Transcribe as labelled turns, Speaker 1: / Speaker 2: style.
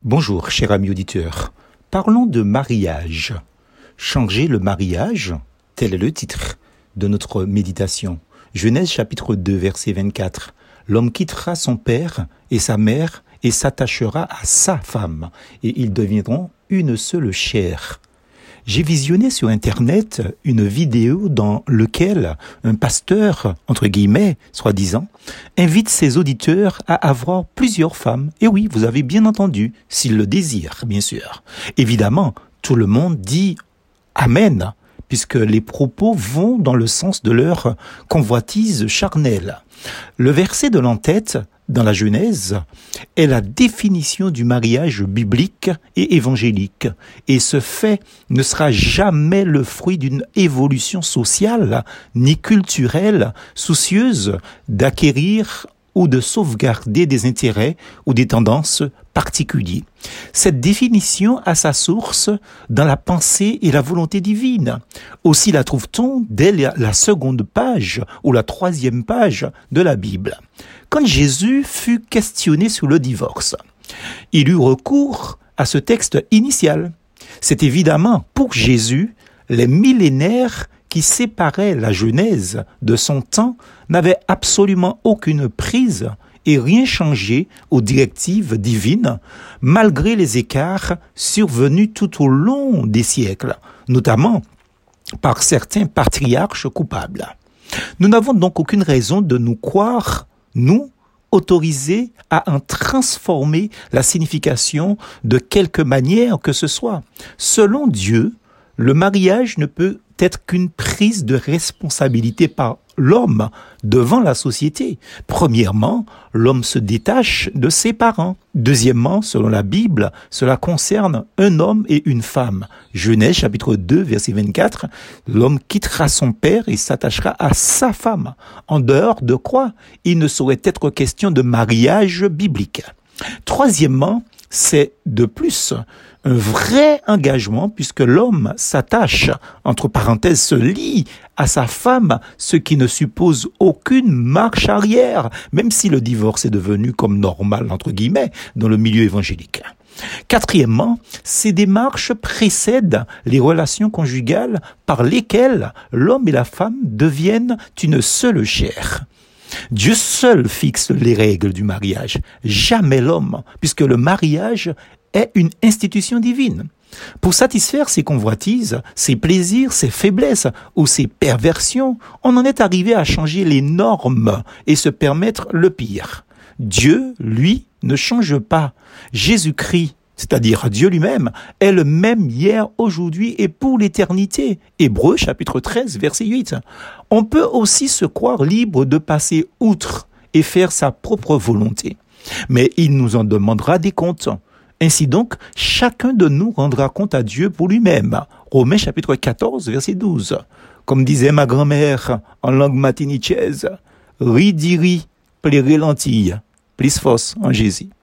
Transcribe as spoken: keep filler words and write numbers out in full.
Speaker 1: Bonjour, cher ami auditeur. Parlons de mariage. Changer le mariage, tel est le titre de notre méditation. Genèse chapitre deux, verset vingt-quatre. L'homme quittera son père et sa mère et s'attachera à sa femme, et ils deviendront une seule chair. J'ai visionné sur Internet une vidéo dans laquelle un pasteur, entre guillemets, soi-disant, invite ses auditeurs à avoir plusieurs femmes. Et oui, vous avez bien entendu, s'ils le désirent, bien sûr. Évidemment, tout le monde dit « Amen », puisque les propos vont dans le sens de leur convoitise charnelle. Le verset de l'entête, dans la Genèse, est la définition du mariage biblique et évangélique. Et ce fait ne sera jamais le fruit d'une évolution sociale ni culturelle soucieuse d'acquérir ou de sauvegarder des intérêts ou des tendances particuliers. Cette définition a sa source dans la pensée et la volonté divine. Aussi la trouve-t-on dès la seconde page ou la troisième page de la Bible. Quand Jésus fut questionné sur le divorce, il eut recours à ce texte initial. C'est évidemment pour Jésus les millénaires qui séparaient la Genèse de son temps n'avaient absolument aucune prise et rien changé aux directives divines, malgré les écarts survenus tout au long des siècles, notamment par certains patriarches coupables. Nous n'avons donc aucune raison de nous croire, nous, autorisés à en transformer la signification de quelque manière que ce soit. Selon Dieu, le mariage ne peut être qu'une prise de responsabilité par l'homme devant la société. Premièrement, l'homme se détache de ses parents. Deuxièmement, selon la Bible, cela concerne un homme et une femme. Genèse chapitre deux, verset vingt-quatre, l'homme quittera son père et s'attachera à sa femme. En dehors de quoi, il ne saurait être question de mariage biblique. Troisièmement, c'est de plus un vrai engagement puisque l'homme s'attache, entre parenthèses, se lie à sa femme, ce qui ne suppose aucune marche arrière, même si le divorce est devenu comme normal, entre guillemets, dans le milieu évangélique. Quatrièmement, ces démarches précèdent les relations conjugales par lesquelles l'homme et la femme deviennent une seule chair. Dieu seul fixe les règles du mariage, jamais l'homme, puisque le mariage est une institution divine. Pour satisfaire ses convoitises, ses plaisirs, ses faiblesses ou ses perversions, on en est arrivé à changer les normes et se permettre le pire. Dieu, lui, ne change pas. Jésus-Christ, c'est-à-dire Dieu lui-même, est le même hier, aujourd'hui et pour l'éternité. Hébreux chapitre treize, verset huit. On peut aussi se croire libre de passer outre et faire sa propre volonté. Mais il nous en demandera des comptes. Ainsi donc, chacun de nous rendra compte à Dieu pour lui-même. Romains chapitre quatorze, verset douze. Comme disait ma grand-mère en langue matinichaise, « Ridiri, pléré lentille, plus force en Jésus ».